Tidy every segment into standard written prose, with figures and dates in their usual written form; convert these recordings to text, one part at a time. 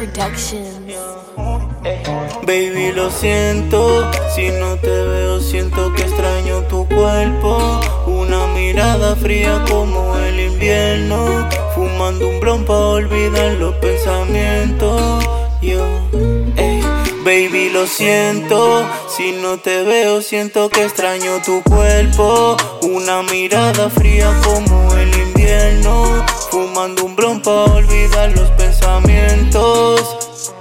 Productions. Baby, lo siento, si no te veo siento que extraño tu cuerpo. Una mirada fría como el invierno, fumando un blon pa' olvidar los pensamientos. Baby, lo siento, si no te veo siento que extraño tu cuerpo. Una mirada fría como el invierno, fumando un blon pa' olvidar los pensamientos.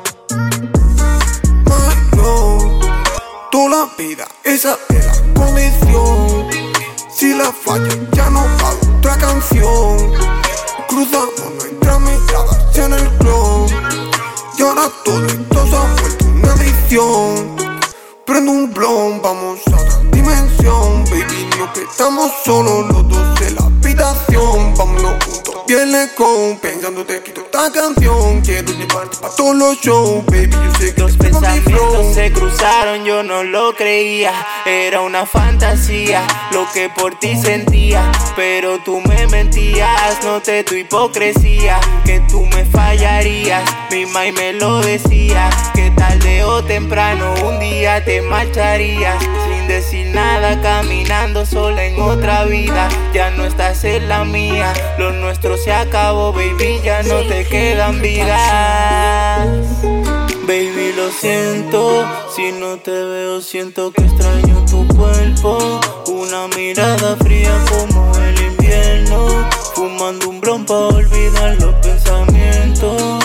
Toda la vida, esa es la condición. Si la fallo ya no hago otra canción. Cruzamos nuestras miradas en el club, y ahora todo esto se ha vuelto una adicción. Prendo un blon, vamos a otra dimensión. Baby, no que estamos solos los dos en la habitación. Vámonos juntos, viernes con pensando te quito esta canción. Quiero llevarte pa' todos los shows, baby, yo sé que los pensamientos se cruzaron, yo no lo creía. Era una fantasía lo que por ti sentía, pero tú me mentías, noté tu hipocresía. Que tú me fallarías, mi mai me lo decía. Que tarde o temprano un día te marcharías, sin decir nada, caminando sola en otra vida. Ya no estás en la mía, lo nuestro se acabó, baby, ya no te quedan vidas. Baby, lo siento, si no te veo siento que extraño tu cuerpo. Una mirada fría como el invierno, fumando un blon pa' olvidar los pensamientos.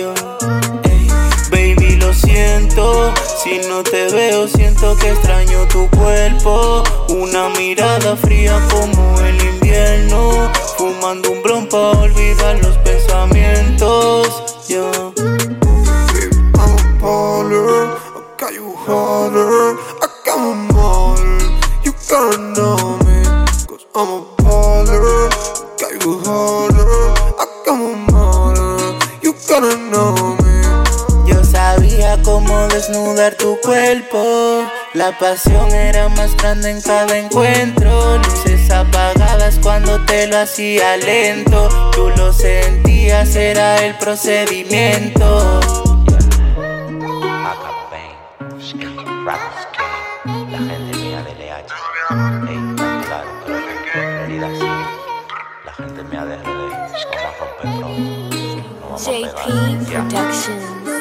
Baby, lo siento, si no te veo siento que extraño tu cuerpo. Una mirada fría como el invierno, fumando un blon pa' olvidar los pensamientos. I got you harder, I got my model. You gotta know me, cause I'm a baller. Got you harder, I got my model. You gotta know me. Yo sabía cómo desnudar tu cuerpo. La pasión era más grande en cada encuentro. Luces apagadas cuando te lo hacía lento. Tú lo sentías, era el procedimiento. La gente mía de LH, está claro, pero en realidad sí. La gente mía de RD, vamos a romper pronto, no vamos a JP pegar, ya. Productions.